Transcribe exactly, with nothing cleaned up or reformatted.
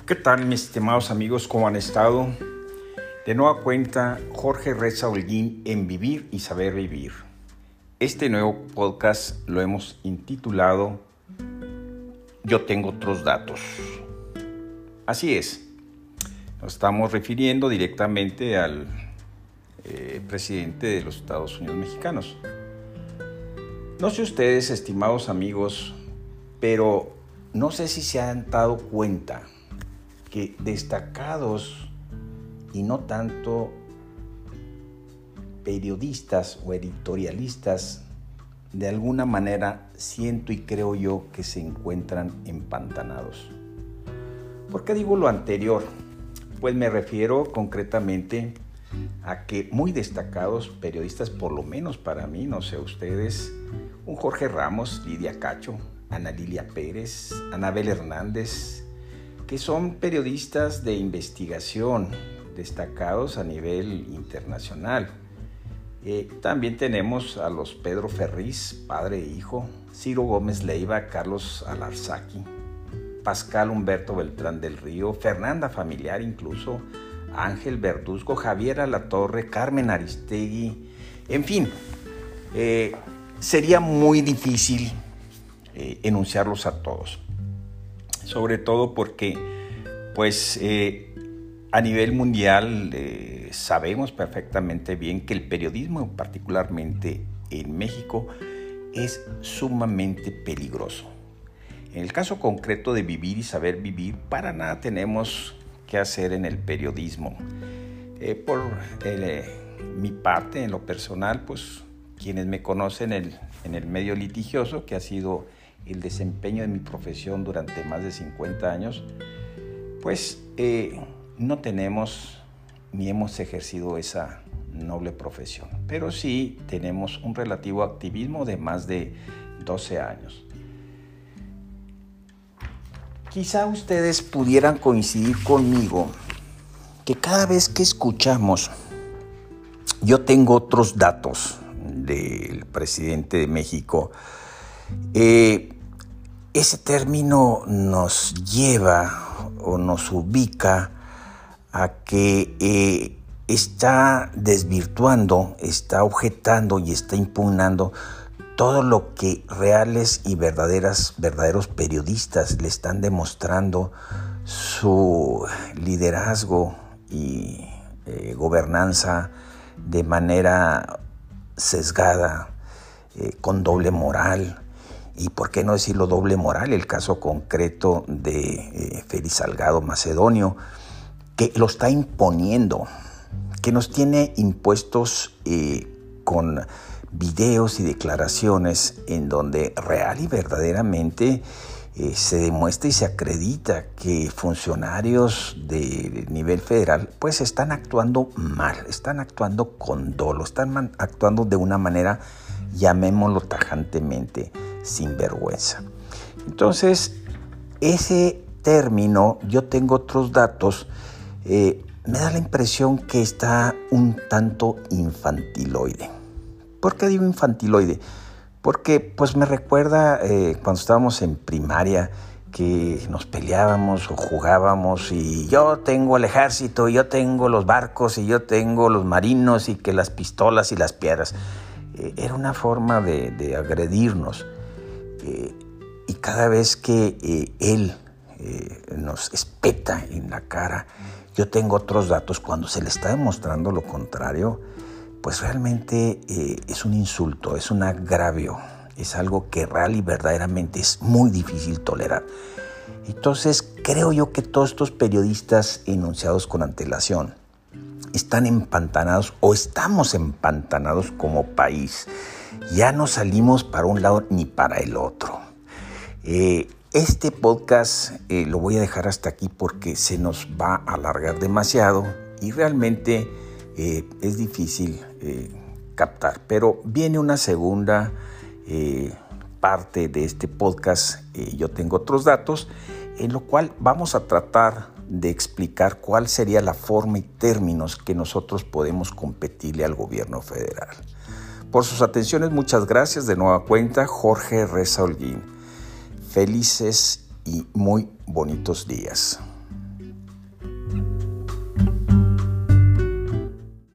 ¿Qué tal, mis estimados amigos? ¿Cómo han estado? De nueva cuenta, Jorge Reza Holguín en Vivir y Saber Vivir. Este nuevo podcast lo hemos intitulado Yo tengo otros datos. Así es, nos estamos refiriendo directamente al eh, presidente de los Estados Unidos mexicanos. No sé ustedes, estimados amigos, pero no sé si se han dado cuenta que destacados y no tanto periodistas o editorialistas, de alguna manera siento y creo yo que se encuentran empantanados. ¿Por qué digo lo anterior? Pues me refiero concretamente a que muy destacados periodistas, por lo menos para mí, no sé ustedes, un Jorge Ramos, Lidia Cacho, Ana Lilia Pérez, Anabel Hernández, que son periodistas de investigación destacados a nivel internacional. Eh, también tenemos a los Pedro Ferriz, padre e hijo, Ciro Gómez Leiva, Carlos Alarraqui, Pascal Humberto Beltrán del Río, Fernanda Familiar incluso, Ángel Verduzco, Javier Alatorre, Carmen Aristegui, en fin, eh, sería muy difícil eh, enunciarlos a todos. Sobre todo porque, pues, eh, a nivel mundial eh, sabemos perfectamente bien que el periodismo, particularmente en México, es sumamente peligroso. En el caso concreto de Vivir y Saber Vivir, para nada tenemos que hacer en el periodismo. Eh, por el, eh, mi parte, en lo personal, pues, quienes me conocen en el, en el medio litigioso, que ha sido el desempeño de mi profesión durante más de cincuenta años, pues eh, no tenemos ni hemos ejercido esa noble profesión, pero sí tenemos un relativo activismo de más de doce años. Quizá ustedes pudieran coincidir conmigo que cada vez que escuchamos yo tengo otros datos del presidente de México, eh, ese término nos lleva o nos ubica a que eh, está desvirtuando, está objetando y está impugnando todo lo que reales y verdaderas, verdaderos periodistas le están demostrando su liderazgo y eh, gobernanza de manera sesgada, eh, con doble moral. Y por qué no decirlo doble moral, el caso concreto de eh, Félix Salgado Macedonio, que lo está imponiendo, que nos tiene impuestos eh, con videos y declaraciones en donde real y verdaderamente eh, se demuestra y se acredita que funcionarios de nivel federal pues están actuando mal, están actuando con dolo, están man- actuando de una manera, llamémoslo tajantemente, sin vergüenza. Entonces, ese término, yo tengo otros datos, eh, me da la impresión que está un tanto infantiloide. ¿Por qué digo infantiloide? Porque pues me recuerda eh, cuando estábamos en primaria que nos peleábamos o jugábamos y yo tengo el ejército, y yo tengo los barcos, y yo tengo los marinos, y que las pistolas y las piedras. Eh, era una forma de, de agredirnos. Eh, y cada vez que eh, él eh, nos espeta en la cara, yo tengo otros datos, cuando se le está demostrando lo contrario, pues realmente eh, es un insulto, es un agravio, es algo que real y verdaderamente es muy difícil tolerar. Entonces creo yo que todos estos periodistas enunciados con antelación están empantanados o estamos empantanados como país. Ya no salimos para un lado ni para el otro. Eh, este podcast eh, lo voy a dejar hasta aquí porque se nos va a alargar demasiado y realmente eh, es difícil eh, captar. Pero viene una segunda eh, parte de este podcast. Eh, yo tengo otros datos en lo cual vamos a tratar de explicar cuál sería la forma y términos que nosotros podemos competirle al gobierno federal. Por sus atenciones, muchas gracias. De nueva cuenta, Jorge Reza Holguín. Felices y muy bonitos días.